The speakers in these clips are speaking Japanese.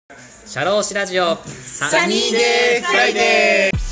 シャローシラジオサニーデーフライデー。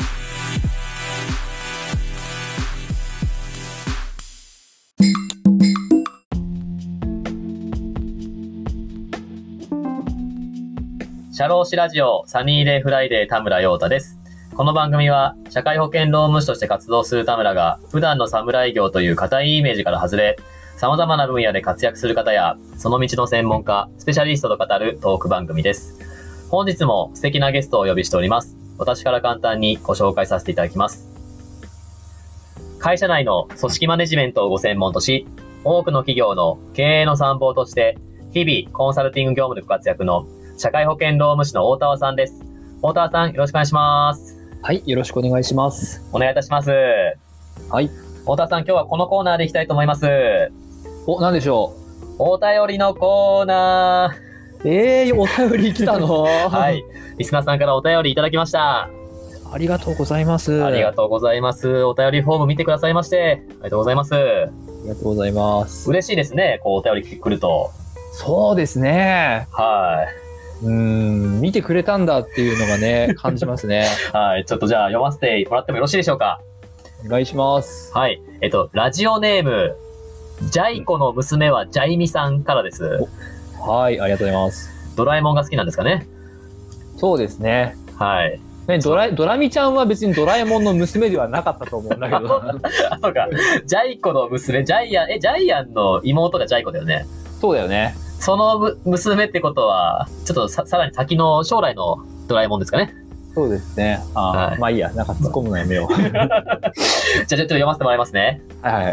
シャローシラジオサニーデーフライデー田村陽太です。この番組は社会保険労務士として活動する田村が普段の侍業という固いイメージから外れ、様々な分野で活躍する方やその道の専門家、スペシャリストと語るトーク番組です。本日も素敵なゲストをお呼びしております。私から簡単にご紹介させていただきます。会社内の組織マネジメントをご専門とし、多くの企業の経営の参謀として日々コンサルティング業務でご活躍の社会保険労務士の大田さんです。大田さん、よろしくお願いします。 はい、よろしくお願いします。 お願いいたします。 はい。 大田さん、今日はこのコーナーでいきたいと思います。 お、何でしょう。お便りのコーナー。お便り来たのはい。リスナーさんからお便りいただきました。 ありがとうございます。 ありがとうございます。お便りフォーム見てくださいまして、ありがとうございます。ありがとうございます。 嬉しいですね、こうお便り来ると。 そうですね。 はい。 見てくれたんだっていうのがね、感じますね。 はい。ちょっとじゃあ読ませてもらってもよろしいでしょうか。 お願いします。 はい。ラジオネーム、ジャイコの娘はジャイミさんからです。 はい、ありがとうございます。 ドラえもんが好きなんですかね。 そうですね。 はい。 ね、ドラミちゃんは別にドラえもんの娘ではなかったと思うんだけど。 あ、そうか。ジャイコの娘、ジャイアンの妹がジャイコだよね。 そうだよね。 その娘ってことは、ちょっとさらに先の将来のドラえもんですかね。 そうですね。はい、まあいいや、なんか突っ込むのやめよう。 じゃあちょっと読ませてもらいますね。 はいはい。 はい。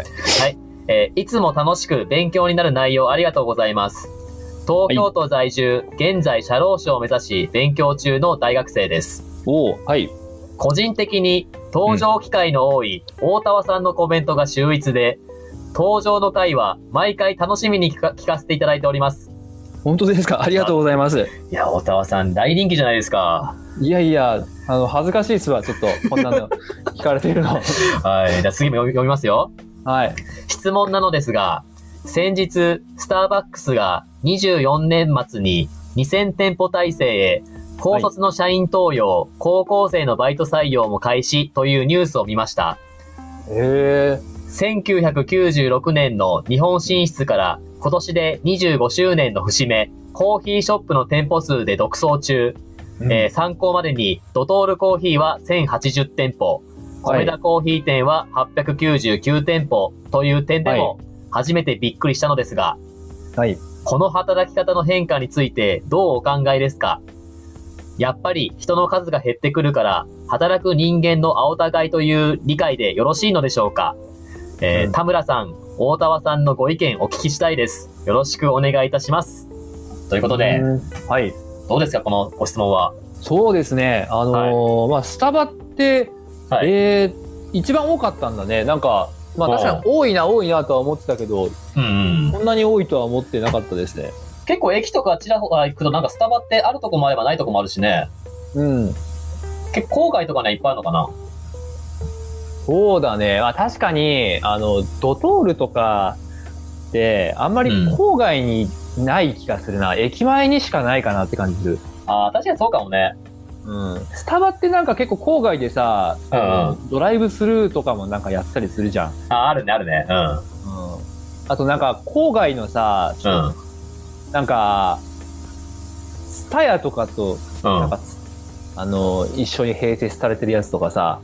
いつも楽しく勉強になる内容ありがとうございます。東京都在住、現在社労士を目指し勉強中の大学生です。 はい。 個人的に登場機会の多い大田さんのコメントが秀逸で、登場の回は毎回楽しみに聞かせていただいております。 本当ですか？ありがとうございます。 いや、大田さん大人気じゃないですか。 いやいや、恥ずかしいっすわ、ちょっと、こんなの聞かれているの。 はい。じゃあ次も読みますよ。 はい。 質問なのですが、先日、スターバックスが24年末に2000店舗体制へ、高卒の社員登用、高校生のバイト採用も開始というニュースを見ました。1996年の日本進出から今年で25周年の節目、コーヒーショップの店舗数で独走中、参考までにドトールコーヒーは1080店舗、米田コーヒー店は899店舗という点でも初めてびっくりしたのですが、この働き方の変化についてどうお考えですか？やっぱり人の数が減ってくるから働く人間の青田買いという理解でよろしいのでしょうか？田村さん、大田さんのご意見お聞きしたいです。よろしくお願いいたします。ということで、 はい。 どうですか、このご質問は。 そうですね。まあ、スタバって、一番多かったんだね。なんか、まあ確かに多いなとは思ってたけど、こんなに多いとは思ってなかったですね。 結構駅とかちらほら行くとなんかスタバってあるとこもあればないとこもあるしね。結構郊外とかね、いっぱいあるのかな。 そうだね。まあ確かに、ドトールとかって、あんまり郊外にない気がするな。駅前にしかないかなって感じする。 ああ、確かにそうかもね。 スタバってなんか結構郊外でさ、ドライブスルーとかもなんかやったりするじゃん。 あるね、あるね。 あとなんか郊外のさ、なんか、ツタヤとかと、なんか、一緒に併設されてるやつとかさ。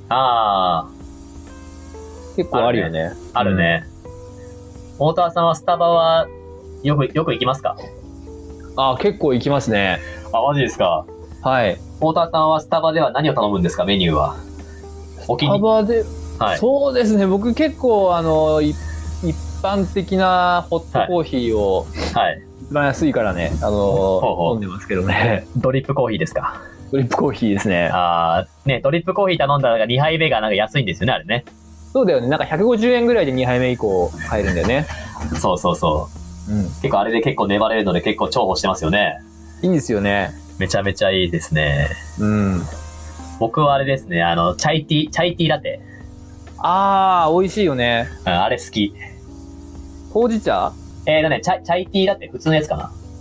結構あるよね。 あるね。大田さんはスタバはよく行きますか？ 結構行きますね。 マジですか？はい。大田さんはスタバでは何を頼むんですか、メニューは。 スタバで、そうですね。僕結構一般的なホットコーヒーを、一番安いからね、飲んでますけどね。 ドリップコーヒーですか？ ドリップコーヒーですね。 ね、ドリップコーヒー頼んだら2杯目がなんか安いんですよね、あれね。 そうだよね。なんか150円ぐらいで2杯目以降入るんだよね。 そうそうそう。結構あれで結構粘れるので結構重宝してますよね。 いいですよね。 めちゃめちゃいいですね。僕はあれですね、チャイティーラテ。 美味しいよね。 あれ好き。 ほうじ茶？ チャイティーラテ普通のやつかな。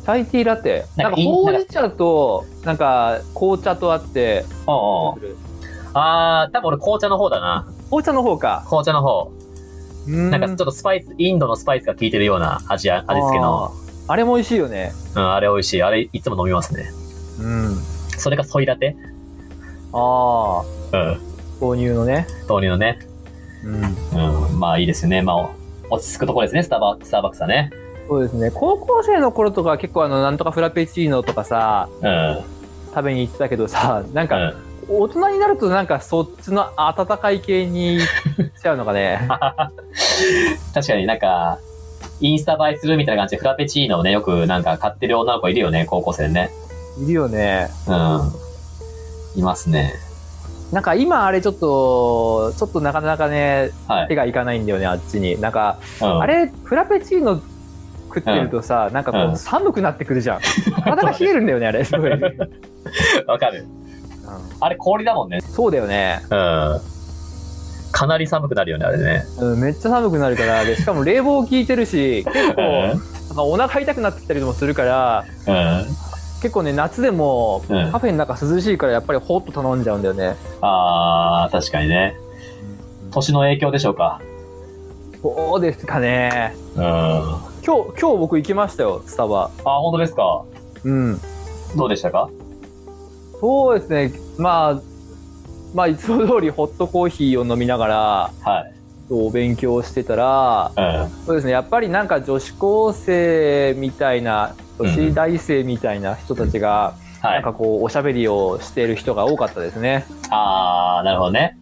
チャイティーラテ。なんかほうじ茶と、なんか紅茶とあって。 多分俺紅茶の方だな。 紅茶の方か。 紅茶の方。なんかちょっとスパイス、インドのスパイスが効いてるような味付けの。 あれも美味しいよね。 あれ美味しい。あれいつも飲みますね。それがソイラテ。豆乳のね。 豆乳のね。まあいいですよね。まあ落ち着くところですね、スターバックスはね。 そうですね。高校生の頃とか結構なんとかフラペチーノとかさ、食べに行ってたけどさ、なんか、大人になるとなんかそっちの温かい系に行っちゃうのかね。 確かになんか、インスタ映えするみたいな感じでフラペチーノをね、よくなんか買ってる女の子いるよね、高校生ね。 いるよね。 いますね。 なんか今あれちょっとなかなかね、手がいかないんだよね、あっちに。なんか、あれ、フラペチーノ食ってるとさ、なんかこう寒くなってくるじゃん。体が冷えるんだよね、あれ。すごい。 わかる。あれ氷だもんね。 そうだよね。 かなり寒くなるよね、あれね。 めっちゃ寒くなるから、でしかも冷房効いてるし、結構、お腹痛くなってきたりもするから、結構ね、夏でもカフェの中涼しいからやっぱりホッと頼んじゃうんだよね。 確かにね。年の影響でしょうか。 そうですかね。今日僕行きましたよ、スタバ。 本当ですか。どうでしたか。そうですね。まあいつも通りホットコーヒーを飲みながら、お勉強してたら、そうですね。やっぱりなんか女子高生みたいな、女子大生みたいな人たちが、なんかこうおしゃべりをしている人が多かったですね。 なるほどね。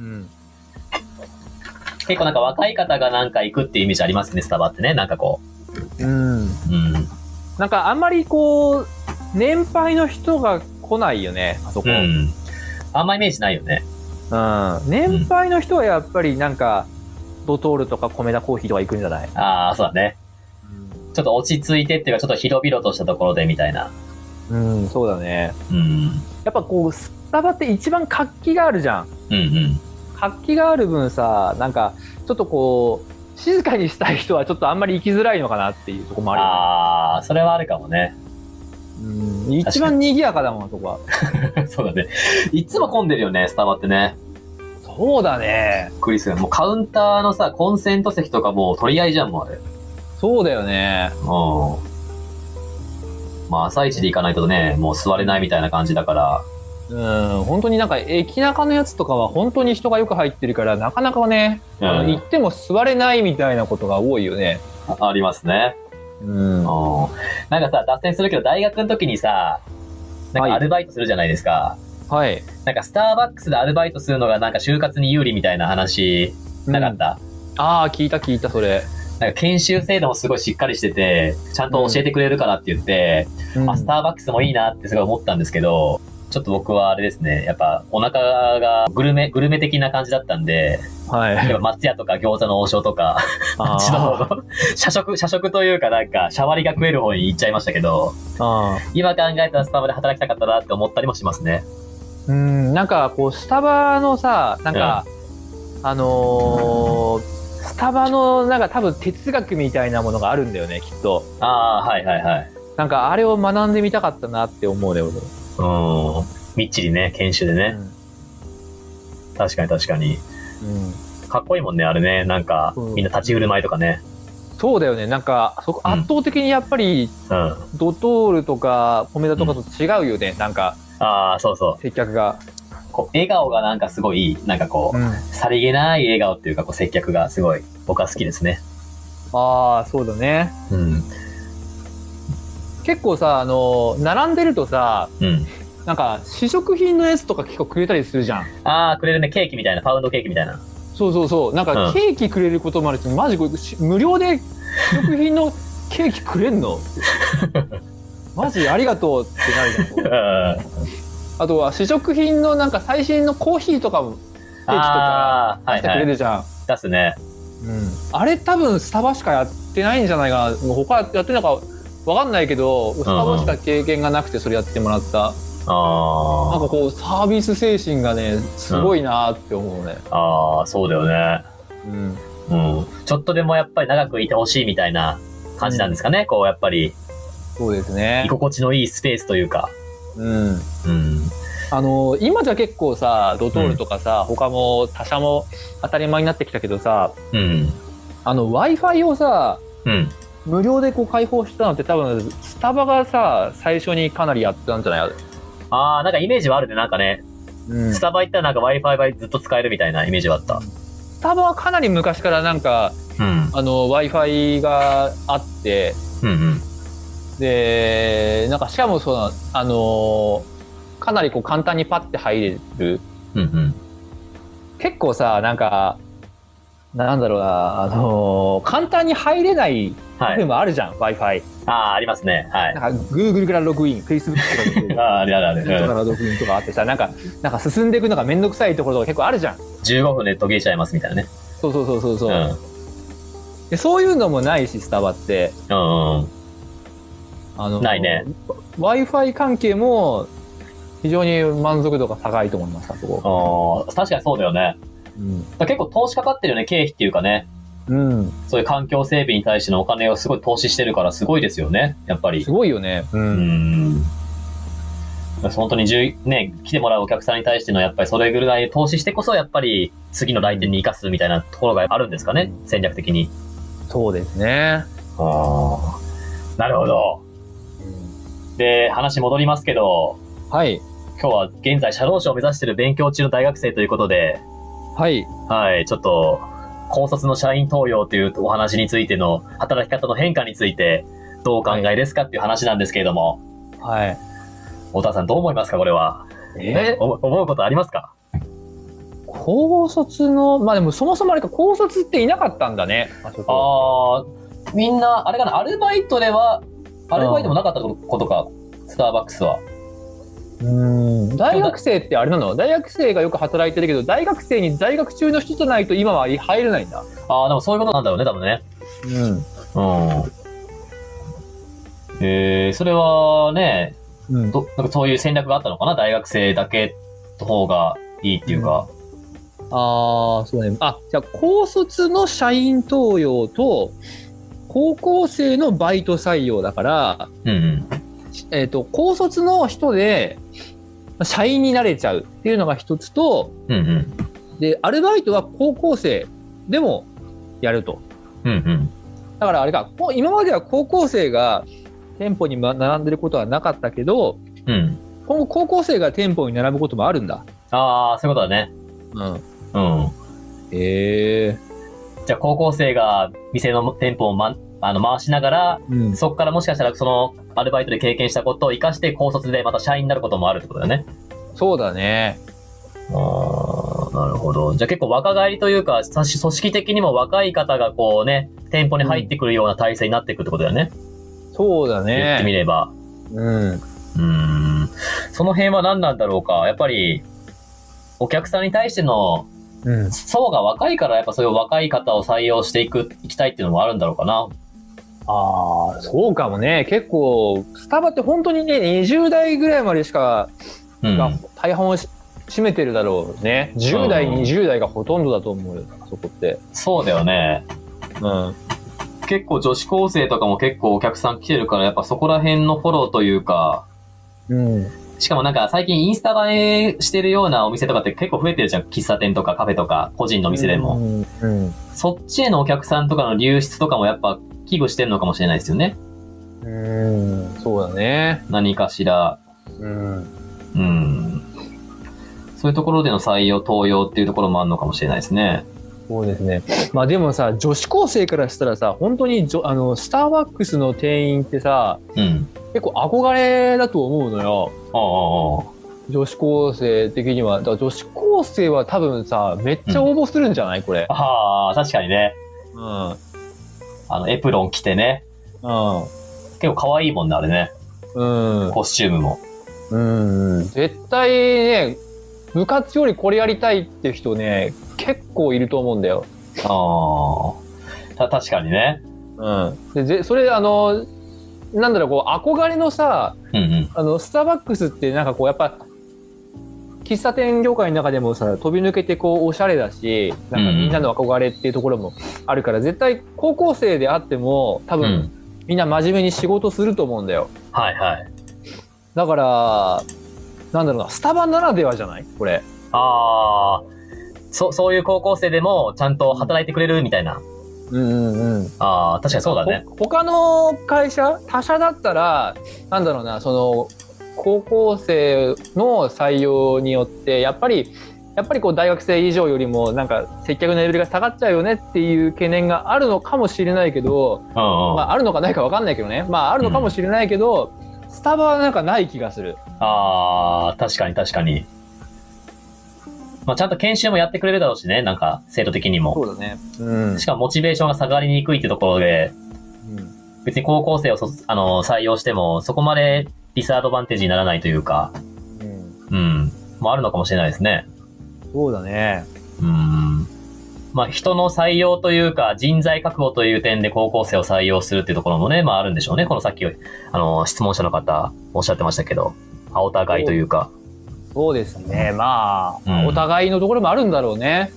結構なんか若い方がなんか行くっていうイメージありますね、スタバってね。なんかこう。なんかあんまりこう、年配の人が来ないよね、あそこ。あんまイメージないよね。年配の人はやっぱりなんか、ドトールとかコメダコーヒーとか行くんじゃない？ そうだね。ちょっと落ち着いてっていうか、ちょっと広々としたところでみたいな。 そうだね。やっぱこう、スタバって一番活気があるじゃん。活気がある分さ、なんか、ちょっとこう、静かにしたい人はちょっとあんまり行きづらいのかなっていうところもあるよね。 それはあるかもね。 一番賑やかだもん、そこは。そうだね。いつも混んでるよね、スタバってね。 そうだね。 クリス、もうカウンターのさ、コンセント席とかもう取り合いじゃん、もうあれ。 そうだよね。 まあ、朝一で行かないとね、もう座れないみたいな感じだから。 本当になんか駅中のやつとかは本当に人がよく入ってるから、なかなかね、行っても座れないみたいなことが多いよね。 ありますね。なんかさ、脱線するけど、大学の時にさ、なんかアルバイトするじゃないですか。なんかスターバックスでアルバイトするのがなんか就活に有利みたいな話、なかった？ 聞いた、それ。 なんか研修制度もすごいしっかりしてて、ちゃんと教えてくれるからって言って、スターバックスもいいなってすごい思ったんですけど、ちょっと僕はあれですね、やっぱお腹がグルメ的な感じだったんで、やっぱ松屋とか餃子の王将とか、あっちの方の社食というかなんか、シャワリが食える方に行っちゃいましたけど、今考えたらスタバで働きたかったなって思ったりもしますね。 なんかこう、スタバのさ、なんか、スタバのなんか多分哲学みたいなものがあるんだよね、きっと。なんかあれを学んでみたかったなって思うね、俺。 みっちりね、研修でね。確かに。かっこいいもんね、あれね。なんか、みんな立ち振る舞いとかね。 そうだよね。なんか、圧倒的にやっぱり、ドトールとか、コメダとかと違うよね。なんか、接客が。 笑顔がなんかすごい、なんかこう、さりげない笑顔っていうか、接客がすごい、僕は好きですね。 そうだね。結構さ、並んでるとさ、なんか試食品のやつとか結構くれたりするじゃん。 くれるね。ケーキみたいな、パウンドケーキみたいな。 そう。なんかケーキくれることもあるし、マジこれ無料で試食品のケーキくれんのマジありがとうってなるじゃん。あとは試食品のなんか最新のコーヒーとかも、ケーキとか出してくれるじゃん。 出すね。 あれ多分スタバしかやってないんじゃないかな。他やってるのかわかんないけど、スタバしか経験がなくてそれやってもらった。なんかこうサービス精神がね、すごいなって思うね。 そうだよね。ちょっとでもやっぱり長くいてほしいみたいな感じなんですかね、こうやっぱり。 そうですね。 居心地のいいスペースというか。 うん。今じゃ結構さ、ドトールとかさ、他も他社も当たり前になってきたけどさ、Wi-Fi をさ、無料でこう開放したのって多分、スタバがさ、最初にかなりやったんじゃない？ なんかイメージはあるね、なんかね。スタバ行ったらなんか Wi-Fi がずっと使えるみたいなイメージはあった。 スタバはかなり昔からなんか、Wi-Fi があって、で、なんかしかもかなりこう簡単にパッて入れる。結構さ、なんか、なんだろうな、簡単に入れない部分もあるじゃん、Wi-Fi。 ありますね。はい。 なんか Google からログイン、Facebook からログイン。 あるある。 からログインとかあってさ、なんか進んでいくのがめんどくさいところとか結構あるじゃん。 15分で途切れちゃいますみたいなね。 そう。でそういうのもないし、スタバって。 ないね。 Wi-Fi 関係も非常に満足度が高いと思いました、そこ。 確かにそうだよね。結構投資かかってるよね、経費っていうかね。そういう環境整備に対してのお金をすごい投資してるからすごいですよね、やっぱり。 すごいよね。 本当にね、来てもらうお客さんに対してのやっぱりそれぐらい投資してこそやっぱり次の来店に生かすみたいなところがあるんですかね、戦略的に。 そうですね。 なるほど。で、話戻りますけど、 はい。 今日は現在社労士を目指している勉強中の大学生ということで、 はい。 ちょっと、高卒の社員登用というお話についての働き方の変化についてどうお考えですかっていう話なんですけれども。 はい。 太田さんどう思いますかこれは。思うことありますか？ 高卒の、でもそもそもあれか、高卒っていなかったんだね。 みんな、あれかな、アルバイトもなかったことか、スターバックスは。 大学生ってあれなの？大学生がよく働いてるけど、大学生に在学中の人じゃないと今は入れないんだ。 でもそういうことなんだろうね、多分ね。それはね、なんかそういう戦略があったのかな？大学生だけの方がいいっていうか。 そうね。じゃあ、高卒の社員登用と、高校生のバイト採用だから、高卒の人で、社員になれちゃうっていうのが一つと、で、アルバイトは高校生でもやると。だからあれか、今までは高校生が店舗に並んでることはなかったけど、今後高校生が店舗に並ぶこともあるんだ。 そういうことだね。じゃあ高校生が店の店舗を回しながら、そこからもしかしたらそのアルバイトで経験したことを生かして高卒でまた社員になることもあるってことだよね。 そうだね。 なるほど。じゃあ結構若返りというか、組織的にも若い方がこうね、店舗に入ってくるような体制になっていくってことだよね。 そうだね。 言ってみれば。その辺は何なんだろうか。やっぱり、お客さんに対しての層が若いから、やっぱそういう若い方を採用していきたいっていうのもあるんだろうかな。 そうかもね。結構、スタバって本当にね、20代ぐらいまでしか、が大半を占めてるだろうね。10代、20代がほとんどだと思うよ、そこって。 そうだよね。結構女子高生とかも結構お客さん来てるから、やっぱそこら辺のフォローというか、しかもなんか最近インスタ映えしてるようなお店とかって結構増えてるじゃん。喫茶店とかカフェとか個人の店でも。そっちへのお客さんとかの流出とかもやっぱ危惧してるのかもしれないですよね。 そうだね。 何かしら。そういうところでの採用、登用っていうところもあるのかもしれないですね。 そうですね。でもさ、女子高生からしたらさ、本当にスターバックスの店員ってさ、結構憧れだと思うのよ。女子高生的には。だから女子高生は多分さ、めっちゃ応募するんじゃない？これ。 確かにね。エプロン着てね。結構可愛いもんね、あれね。コスチュームも。 絶対ね、部活よりこれやりたいって人ね、結構いると思うんだよ。 確かにね。 それなんだろう、こう、憧れのさ、スターバックスってなんかこう、やっぱ、喫茶店業界の中でもさ、飛び抜けてこう、おしゃれだし、なんかみんなの憧れっていうところもあるから、絶対高校生であっても、多分、 みんな真面目に仕事すると思うんだよ。 はいはい。 だから、なんだろうな、スタバならではじゃないこれ。 ああ、そういう高校生でもちゃんと働いてくれるみたいな。 うんうんうん。 ああ、確かにそうだね。 他の会社、他社だったら、なんだろうな、高校生の採用によって、やっぱりこう大学生以上よりもなんか接客のレベルが下がっちゃうよねっていう懸念があるのかもしれないけど、まああるのかないか分かんないけどね。まああるのかもしれないけど、スタバはなんかない気がする。 ああ、確かに確かに。まあちゃんと研修もやってくれるだろうしね、なんか生徒的にも。 そうだね。うん。 しかもモチベーションが下がりにくいってところで、別に高校生を採用してもそこまでディスアドバンテージにならないというか、うん。もあるのかもしれないですね。 そうだね。 まあ人の採用というか人材確保という点で高校生を採用するっていうところもね、まああるんでしょうね。このさっき、質問者の方おっしゃってましたけど、お互いというか。 そうですね。まあ、お互いのところもあるんだろうね。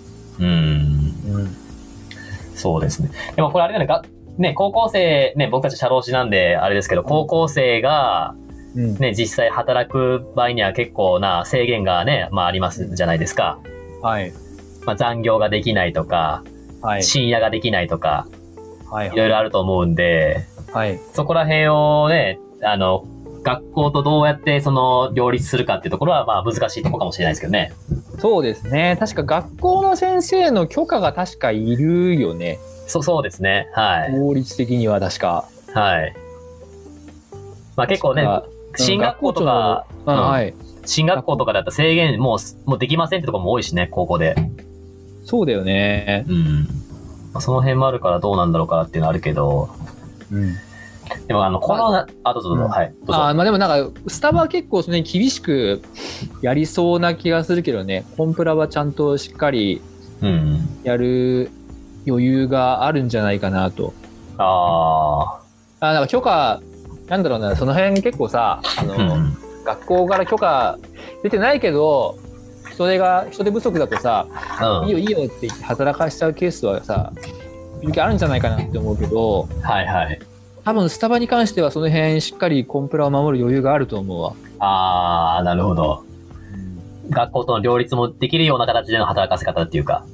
そうですね。でもこれあれだね、高校生、ね、僕たち社労士なんであれですけど、高校生が、ね、実際働く場合には結構な制限がね、まあありますじゃないですか。 はい。 まあ残業ができないとか、はい、深夜ができないとか、はい、いろいろあると思うんで、はい、そこら辺をね、学校とどうやって両立するかっていうところはまあ難しいところかもしれないですけどね。 そうですね。確か学校の先生の許可が確かいるよね。 そうですね。はい。 法律的には確か。 はい。まあ結構ね、進学校とか、はい。進学校とかだったら制限もうできませんってところも多いしね、高校で。 そうだよね。 まあ、その辺もあるからどうなんだろうかなっていうのはあるけど。でもどうぞ。はい。どうぞ。 まあでもなんか、スタバは結構厳しくやりそうな気がするけどね、コンプラはちゃんとしっかりやる余裕があるんじゃないかなと。なんか許可、なんだろうな、その辺結構さ、学校から許可出てないけど、人手不足だとさ、いいよいいよって言って働かしちゃうケースはさ、あるんじゃないかなって思うけど、 はいはい。 多分スタバに関してはその辺しっかりコンプラを守る余裕があると思うわ。 なるほど。学校との両立もできるような形での働かせ方っていうか。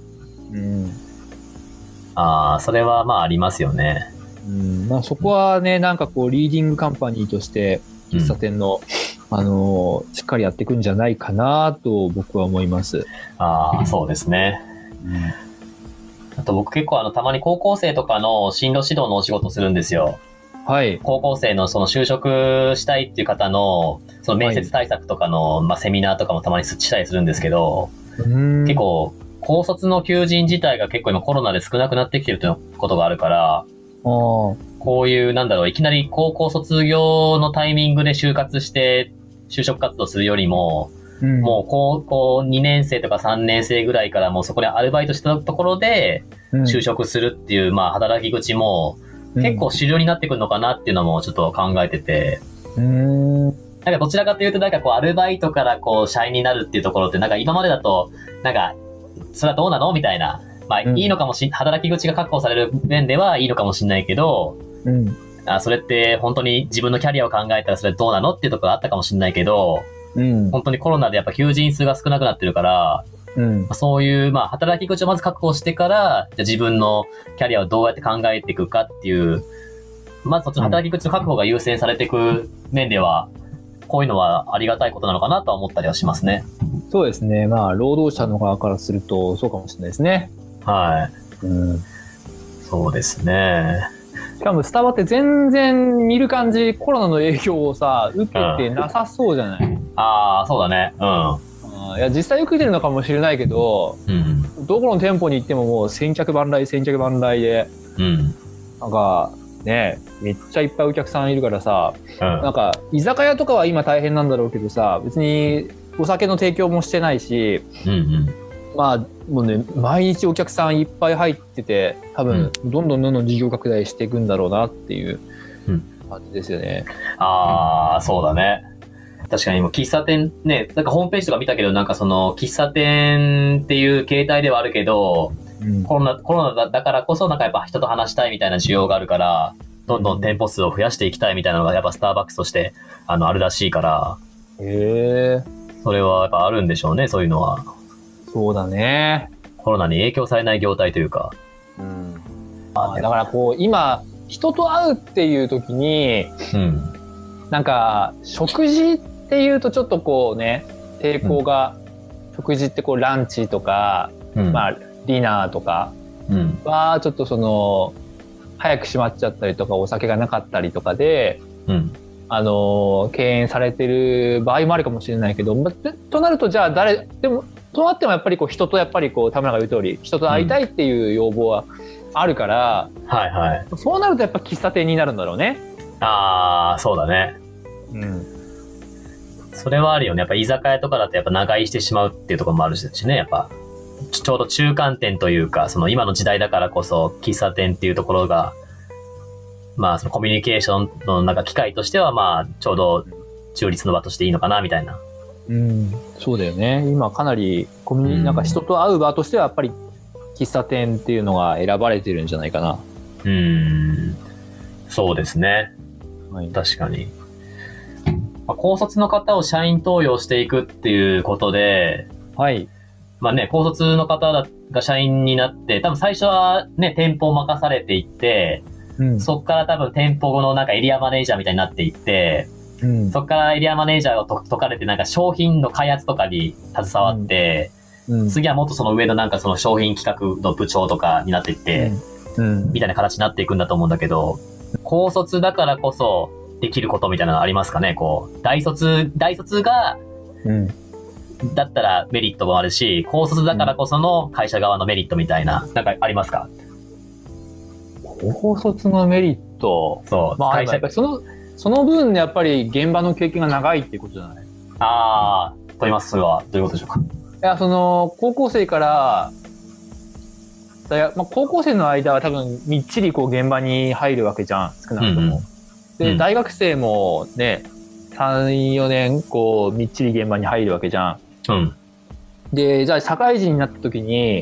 それはまあありますよね。 まあそこはね、なんかこうリーディングカンパニーとして喫茶店の、しっかりやっていくんじゃないかなと僕は思います。 そうですね。あと僕結構たまに高校生とかの進路指導のお仕事するんですよ。はい。高校生の就職したいっていう方の、面接対策とかの、まあ、セミナーとかもたまにしたりするんですけど、結構、高卒の求人自体が結構今コロナで少なくなってきてるということがあるから、こういう、いきなり高校卒業のタイミングで就活して就職活動するよりも、もう高校2年生とか3年生ぐらいからもうそこでアルバイトしたところで就職するっていう、まあ働き口も結構主流になってくるのかなっていうのもちょっと考えてて。なんかどちらかというとアルバイトから社員になるっていうところって今までだとそれはどうなのみたいな。まあいいのかも働き口が確保される面ではいいのかもしれないけど、それって本当に自分のキャリアを考えたらそれどうなのっていうところがあったかもしれないけど、本当にコロナでやっぱ求人数が少なくなってるから、そういうまあ働き口をまず確保してから、じゃあ自分のキャリアをどうやって考えていくかっていう、まずそっちの働き口の確保が優先されていく面では、こういうのはありがたいことなのかなとは思ったりはしますね。 そうですね。まあ労働者の側からするとそうかもしれないですね。 はい。そうですね。 しかもスタバって全然見る感じコロナの影響をさ受けてなさそうじゃない？ そうだね。 いや実際受けてるのかもしれないけど、どこの店舗に行ってももう千客万来で、なんかねめっちゃいっぱいお客さんいるからさ、なんか居酒屋とかは今大変なんだろうけどさ、別にお酒の提供もしてないし、まあもうね毎日お客さんいっぱい入ってて、多分どんどん事業拡大していくんだろうなっていう感じですよね。 そうだね。確かにもう喫茶店ね、ホームページとか見たけど喫茶店っていう形態ではあるけど、コロナだからこそやっぱ人と話したいみたいな需要があるから、 どんどん店舗数を増やしていきたいみたいなのがやっぱスターバックスとしてあるらしいから、それはやっぱあるんでしょうね、そういうのは。 そうだね。 コロナに影響されない業態というか。 だからこう今人と会うっていう時に、なんか食事っていうとちょっとこうね抵抗が、食事ってこうランチとか、まあディナーとかはちょっとその早く閉まっちゃったりとかお酒がなかったりとかで、敬遠されてる場合もあるかもしれないけど、となるとじゃあでもとなってもやっぱりこう人とやっぱりこう田村が言う通り人と会いたいっていう要望はあるから、そうなるとやっぱ喫茶店になるんだろうね。 ああ、そうだね。それはあるよね。やっぱ居酒屋とかだとやっぱ長居してしまうっていうところもあるしね。やっぱちょうど中間点というか、その今の時代だからこそ喫茶店っていうところが、まあそのコミュニケーションのなんか機会としてはまあちょうど中立の場としていいのかなみたいな。 そうだよね。今かなりなんか人と会う場としてはやっぱり喫茶店っていうのが選ばれてるんじゃないかな。 そうですね。確かに。高卒の方を社員登用していくっていうことで、まあね、高卒の方が社員になって、多分最初はね、店舗を任されていって、そっから多分店舗後のなんかエリアマネージャーみたいになっていって、そっからエリアマネージャーを解かれてなんか商品の開発とかに携わって、次はもっとその上のなんかその商品企画の部長とかになっていって、みたいな形になっていくんだと思うんだけど、高卒だからこそできることみたいなのありますかね。こう、大卒が、だったらメリットもあるし、高卒だからこその会社側のメリットみたいな、なんかありますか？ 高卒のメリット。 そう。 まあ、やっぱりその分やっぱり現場の経験が長いっていうことじゃない？ と言います。それはどういうことでしょうか？ いや、高校生から、高校生の間は多分みっちりこう現場に入るわけじゃん、少なくとも。で、大学生もね、3、4年こうみっちり現場に入るわけじゃん。で、じゃあ社会人になった時に、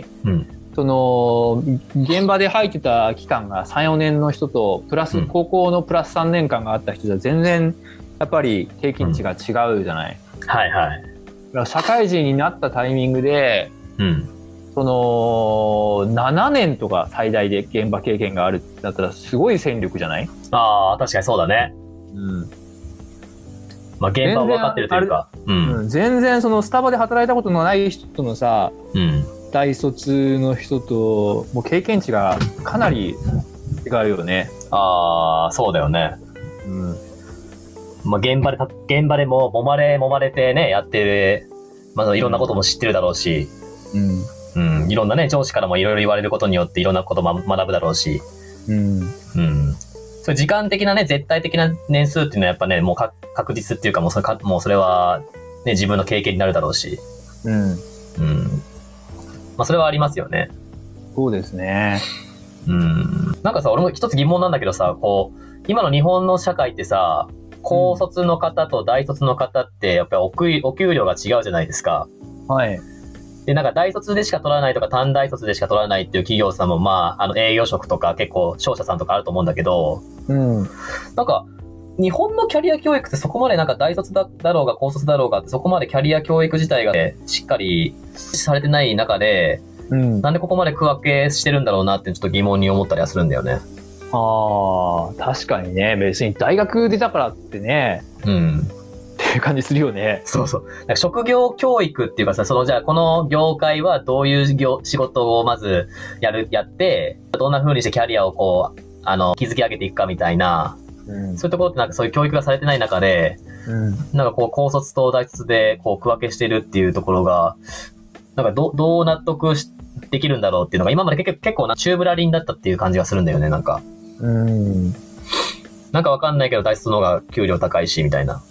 現場で入ってた期間が3、4年の人と、プラス、高校のプラス3年間があった人じゃ全然、やっぱり経験値が違うじゃない。だから社会人になったタイミングで、7年とか最大で現場経験があるだったらすごい戦力じゃない？ 確かにそうだね。まあ現場は分かってるというか。 全然スタバで働いたことのない人とのさ、大卒の人ともう経験値がかなり違うよね。 そうだよね。まあ現場でも揉まれてね、やってる、まあいろんなことも知ってるだろうし、いろんなね、上司からもいろいろ言われることによっていろんなことも学ぶだろうし、そういう時間的なね、絶対的な年数っていうのはやっぱね、もう確実っていうかもうそれはね、自分の経験になるだろうし、まあそれはありますよね。 そうですね。 なんかさ、俺も一つ疑問なんだけどさ、こう、今の日本の社会ってさ、高卒の方と大卒の方ってやっぱりお給料が違うじゃないですか。で、なんか大卒でしか取らないとか短大卒でしか取らないっていう企業さんもまあ、営業職とか結構商社さんとかあると思うんだけど、なんか、日本のキャリア教育ってそこまでなんか大卒だろうが高卒だろうがってそこまでキャリア教育自体がしっかりされてない中で、なんでここまで区分けしてるんだろうなってちょっと疑問に思ったりはするんだよね。 確かにね、別に大学出たからってね、っていう感じするよね。 そうそう。なんか職業教育っていうかさ、じゃあこの業界はどういう仕事をまずやって、どんな風にしてキャリアをこう、築き上げていくかみたいな、そういうところってなんかそういう教育がされてない中で、なんかこう高卒と大卒でこう区分けしてるっていうところが、なんかどう納得できるんだろうっていうのが今まで結構な宙ぶらりんだったっていう感じがするんだよね、なんか。なんかわかんないけど大卒の方が給料高いし、みたいな。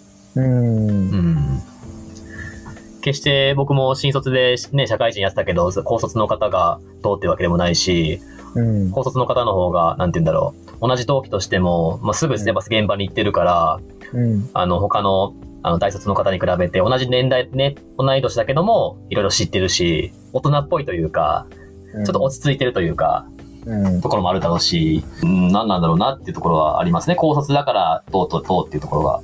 決して僕も新卒でね、社会人やってたけど、高卒の方がどうってわけでもないし、高卒の方の方が、なんて言うんだろう。同じ同期としても、まあ、すぐやっぱ現場に行ってるから、他の、大卒の方に比べて同じ年代、ね、同い年だけども、いろいろ知ってるし、大人っぽいというか、ちょっと落ち着いてるというか、 ところもあるだろうし、何なんだろうなっていうところはありますね。高卒だからどうっていうところが。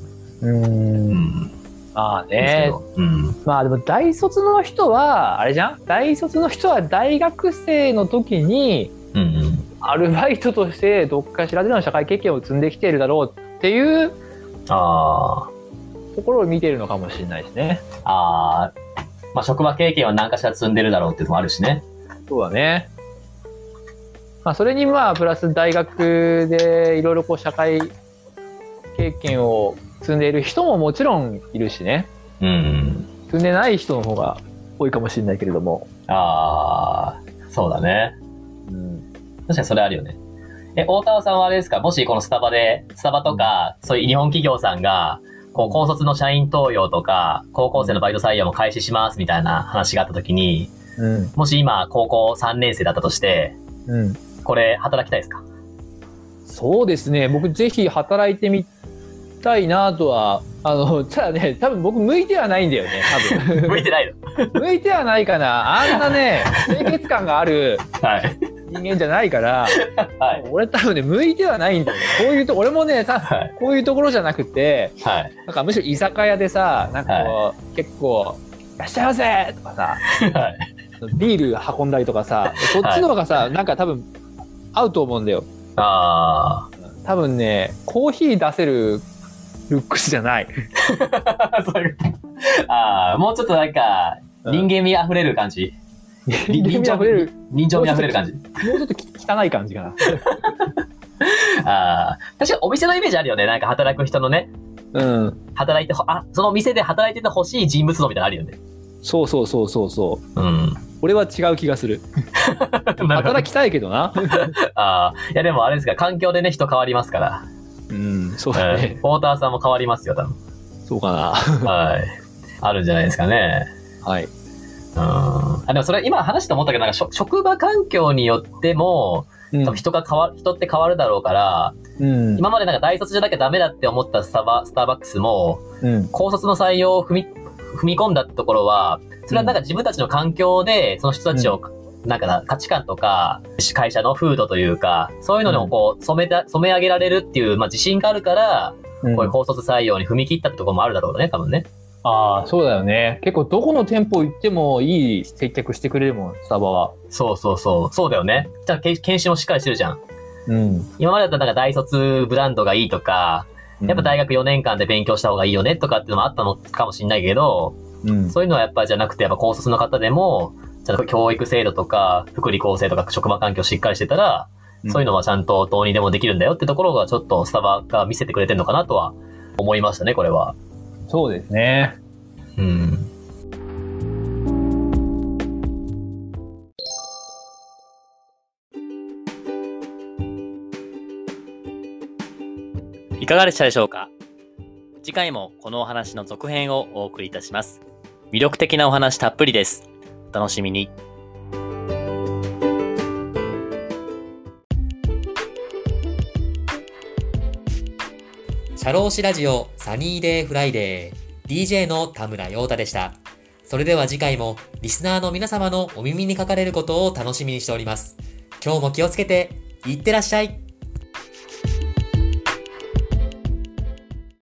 まあね。まあでも大卒の人は、あれじゃん？大卒の人は大学生の時に、アルバイトとしてどっかしらでの社会経験を積んできているだろうっていうところを見ているのかもしれないですね。 まあ職場経験は何かしら積んでるだろうっていうのもあるしね。 そうだね。まあそれにまあプラス大学でいろいろこう社会経験を積んでいる人ももちろんいるしね。積んでない人の方が多いかもしれないけれども。 そうだね。確かにそれあるよね。大田さんはあれですか、もしこのスタバとか、そういう日本企業さんが、こう高卒の社員登用とか、高校生のバイト採用も開始しますみたいな話があったときに、もし今高校3年生だったとして、これ働きたいですか？ そうですね。僕ぜひ働いてみたいなとは、ただね、多分僕向いてはないんだよね、多分。 向いてないの？向いてはないかな。あんなね、清潔感がある人間じゃないから、俺多分ね、向いてはないんだよね。俺もね、こういうところじゃなくて、なんかむしろ居酒屋でさ、なんかこう、結構、いらっしゃいませとかさ、ビール運んだりとかさ、そっちの方がさ、なんか多分合うと思うんだよ。多分ね、コーヒー出せるルックスじゃない。 そういうこと。もうちょっとなんか、人間味あふれる感じ。人情味あふれる感じ。 もうちょっと汚い感じかな。 確かにお店のイメージあるよね。なんか働く人のね。働いて、その店で働いててほしい人物像みたいなのあるよね。 そう。俺は違う気がする。働きたいけどな。 いやでもあれですか、環境でね、人変わりますから。 そうだね。 ポーターさんも変わりますよ、多分。 そうかな。 あるんじゃないですかね。でもそれ今話して思ったけど、なんか職場環境によっても、人って変わるだろうから、今までなんか大卒じゃなきゃダメだって思ったスターバックスも、高卒の採用を踏み込んだってところは、それはなんか自分たちの環境で、その人たちを、なんか価値観とか、会社の風土というか、そういうのをこう、染め上げられるっていう、自信があるから、こういう高卒採用に踏み切ったってところもあるだろうね、多分ね。 そうだよね。結構どこの店舗行ってもいい接客してくれるもん、スタバは。 そうだよね。じゃあ研修もしっかりしてるじゃん。今までだったらなんか大卒ブランドがいいとか、やっぱ大学4年間で勉強した方がいいよねとかっていうのもあったのかもしれないけど、そういうのはやっぱじゃなくて、やっぱ高卒の方でも、ちゃんと教育制度とか、福利厚生とか職場環境しっかりしてたら、そういうのはちゃんとどうにでもできるんだよってところがちょっとスタバが見せてくれてるのかなとは思いましたね、これは。 そうですね。 いかがでしたでしょうか？次回もこのお話の続編をお送りいたします。魅力的なお話たっぷりです。お楽しみに。 社労士ラジオサニーデイフライデー DJ の田村陽太でした。それでは次回もリスナーの皆様のお耳にかかれることを楽しみにしております。今日も気をつけていってらっしゃい。